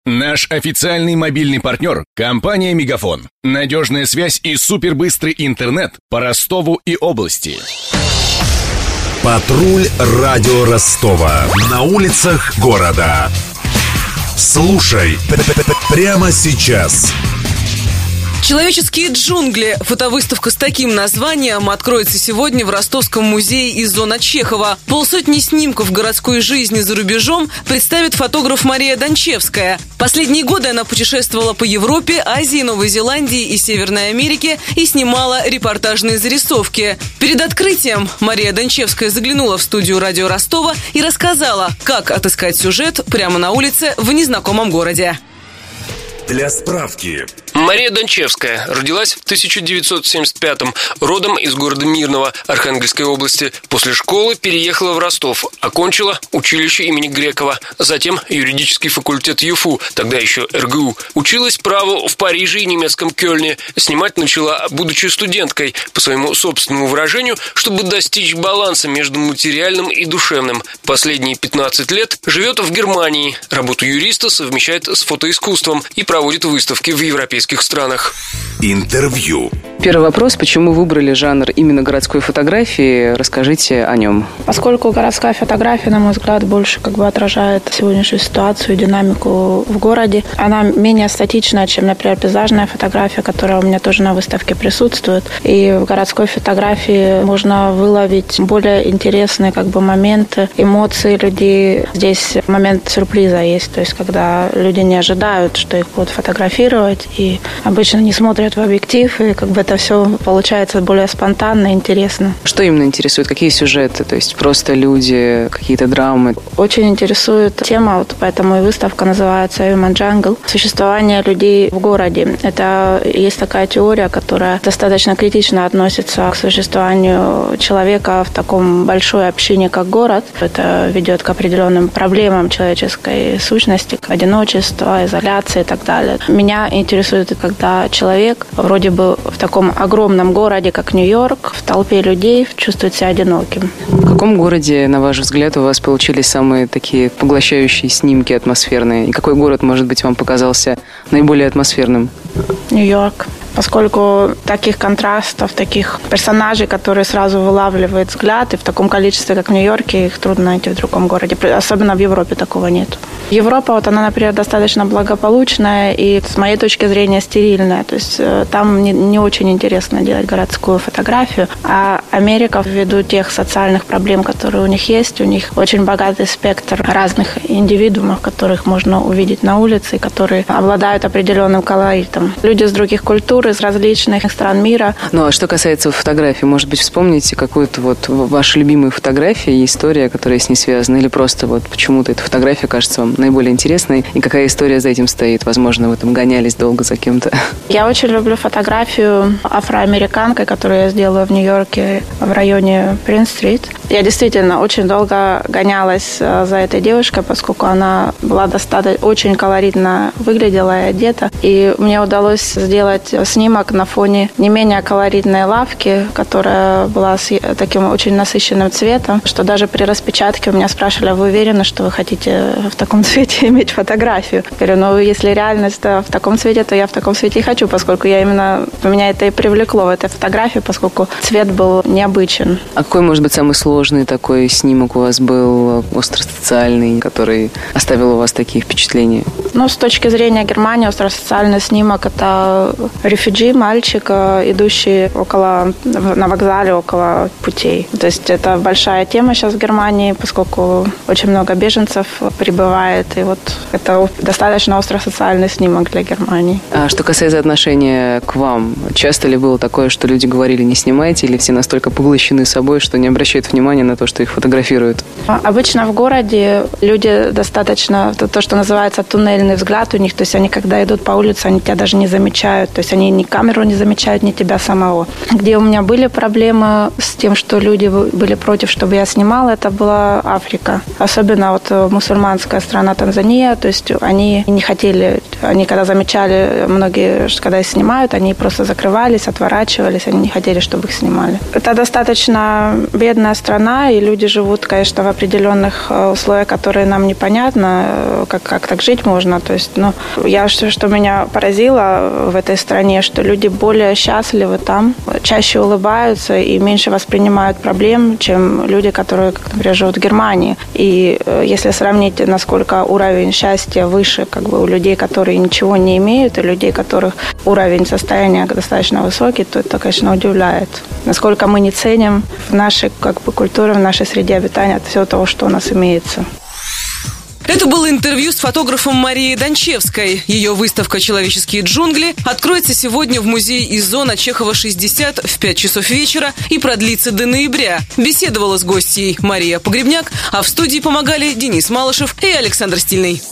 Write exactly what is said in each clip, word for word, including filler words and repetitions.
Наш официальный мобильный партнер – компания «Мегафон». Надежная связь и супербыстрый интернет по Ростову и области. Патруль радио Ростова. На улицах города. Слушай прямо сейчас. «Человеческие джунгли». Фотовыставка с таким названием откроется сегодня в Ростовском музее «Изона Чехова». Полсотни снимков городской жизни за рубежом представит фотограф Мария Дончевская. Последние годы она путешествовала по Европе, Азии, Новой Зеландии и Северной Америке и снимала репортажные зарисовки. Перед открытием Мария Дончевская заглянула в студию радио Ростова и рассказала, как отыскать сюжет прямо на улице в незнакомом городе. Для справки. Мария Дончевская родилась в тысяча девятьсот семьдесят пятом, родом из города Мирного Архангельской области. После школы переехала в Ростов, окончила училище имени Грекова, затем юридический факультет ЮФУ, тогда еще эр гэ у. Училась праву в Париже и немецком Кёльне. Снимать начала, будучи студенткой, по своему собственному выражению, чтобы достичь баланса между материальным и душевным. Последние пятнадцать лет живет в Германии. Работу юриста совмещает с фотоискусством и проводит выставки в европейских странах. Интервью. Первый вопрос. Почему выбрали жанр именно городской фотографии? Расскажите о нем. Поскольку городская фотография, на мой взгляд, больше как бы отражает сегодняшнюю ситуацию и динамику в городе. Она менее статичная, чем, например, пейзажная фотография, которая у меня тоже на выставке присутствует. И в городской фотографии можно выловить более интересные как бы моменты, эмоции людей. Здесь момент сюрприза есть, то есть когда люди не ожидают, что их будут фотографировать, и обычно не смотрят в объектив, и как бы это все получается более спонтанно и интересно. Что именно интересует? Какие сюжеты? То есть просто люди, какие-то драмы? Очень интересует тема, вот поэтому и выставка называется Human Jungle. Существование людей в городе. Это есть такая теория, которая достаточно критично относится к существованию человека в таком большой общине, как город. Это ведет к определенным проблемам человеческой сущности, к одиночеству, изоляции и так далее. Меня интересует, когда человек вроде бы в таком огромном городе, как Нью-Йорк, в толпе людей чувствует себя одиноким. В каком городе, на ваш взгляд, у вас получились самые такие поглощающие снимки атмосферные? И какой город, может быть, вам показался наиболее атмосферным? Нью-Йорк. Поскольку таких контрастов, таких персонажей, которые сразу вылавливают взгляд, и в таком количестве, как в Нью-Йорке, их трудно найти в другом городе. Особенно в Европе такого нет. Европа, вот она, например, достаточно благополучная и, с моей точки зрения, стерильная. То есть там не, не очень интересно делать городскую фотографию. А Америка, ввиду тех социальных проблем, которые у них есть, у них очень богатый спектр разных индивидуумов, которых можно увидеть на улице, которые обладают определенным колоритом. Люди с других культур, из различных стран мира. Ну, а что касается фотографий, может быть, вспомните какую-то вот вашу любимую фотографию и история, которая с ней связана, или просто вот почему-то эта фотография кажется вам наиболее интересной, и какая история за этим стоит? Возможно, вы там гонялись долго за кем-то. Я очень люблю фотографию афроамериканкой, которую я сделала в Нью-Йорке в районе Принц-стрит. Я действительно очень долго гонялась за этой девушкой, поскольку она была достаточно очень колоритно выглядела и одета, и мне удалось сделать снимок на фоне не менее колоритной лавки, которая была с таким очень насыщенным цветом, что даже при распечатке у меня спрашивали: а вы уверены, что вы хотите в таком цвете иметь фотографию? Я говорю, ну, если реальность в таком цвете, то я в таком цвете и хочу, поскольку я именно, меня это и привлекло в этой фотографии, поскольку цвет был необычен. А какой, может быть, самый сложный такой снимок у вас был, остросоциальный, который оставил у вас такие впечатления? Ну, с точки зрения Германии, остросоциальный снимок – это рефюджи, мальчик, идущий около, на вокзале около путей. То есть это большая тема сейчас в Германии, поскольку очень много беженцев прибывает. И вот это достаточно остросоциальный снимок для Германии. А что касается отношения к вам, часто ли было такое, что люди говорили: не снимайте, или все настолько поглощены собой, что не обращают внимания на то, что их фотографируют? Обычно в городе люди достаточно, то, что называется туннельный взгляд у них, то есть они, когда идут по улице, они тебя даже не замечают, то есть они ни камеру не замечают, ни тебя самого. Где у меня были проблемы с тем, что люди были против, чтобы я снимала, это была Африка. Особенно вот мусульманская страна Танзания, то есть они не хотели, они когда замечали, многие, когда их снимают, они просто закрывались, отворачивались, они не хотели, чтобы их снимали. Это достаточно бедная страна, страна, и люди живут, конечно, в определенных условиях, которые нам непонятно, как, как так жить можно. То есть, ну, я, что, что меня поразило в этой стране, что люди более счастливы там, чаще улыбаются и меньше воспринимают проблем, чем люди, которые, как, например, живут в Германии. И если сравнить, насколько уровень счастья выше как бы у людей, которые ничего не имеют, и людей, у которых уровень состояния достаточно высокий, то это, конечно, удивляет. Насколько мы не ценим в нашей как бы, культуре, в нашей среде обитания от всего того, что у нас имеется. Это было интервью с фотографом Марией Дончевской. Ее выставка «Человеческие джунгли» откроется сегодня в музее ИЗО на Чехова, шестьдесят в пять часов вечера и продлится до ноября. Беседовала с гостьей Мария Погребняк, а в студии помогали Денис Малышев и Александр Стильный.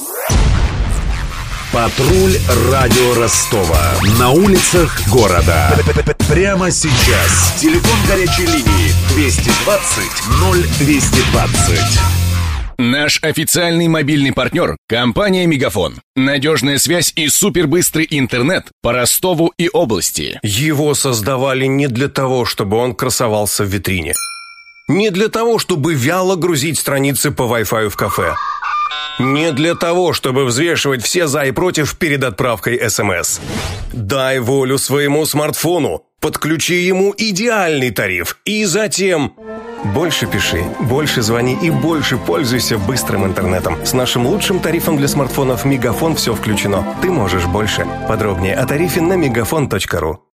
Патруль радио Ростова. На улицах города. Прямо сейчас. Телефон горячей линии двести двадцать ноль двести двадцать. Наш официальный мобильный партнер – компания «Мегафон». Надежная связь и супербыстрый интернет по Ростову и области. Его создавали не для того, чтобы он красовался в витрине. Не для того, чтобы вяло грузить страницы по Wi-Fi в кафе. Не для того, чтобы взвешивать все за и против перед отправкой СМС. Дай волю своему смартфону, подключи ему идеальный тариф и затем... Больше пиши, больше звони и больше пользуйся быстрым интернетом. С нашим лучшим тарифом для смартфонов «Мегафон» все включено. Ты можешь больше. Подробнее о тарифе на мегафон точка ру.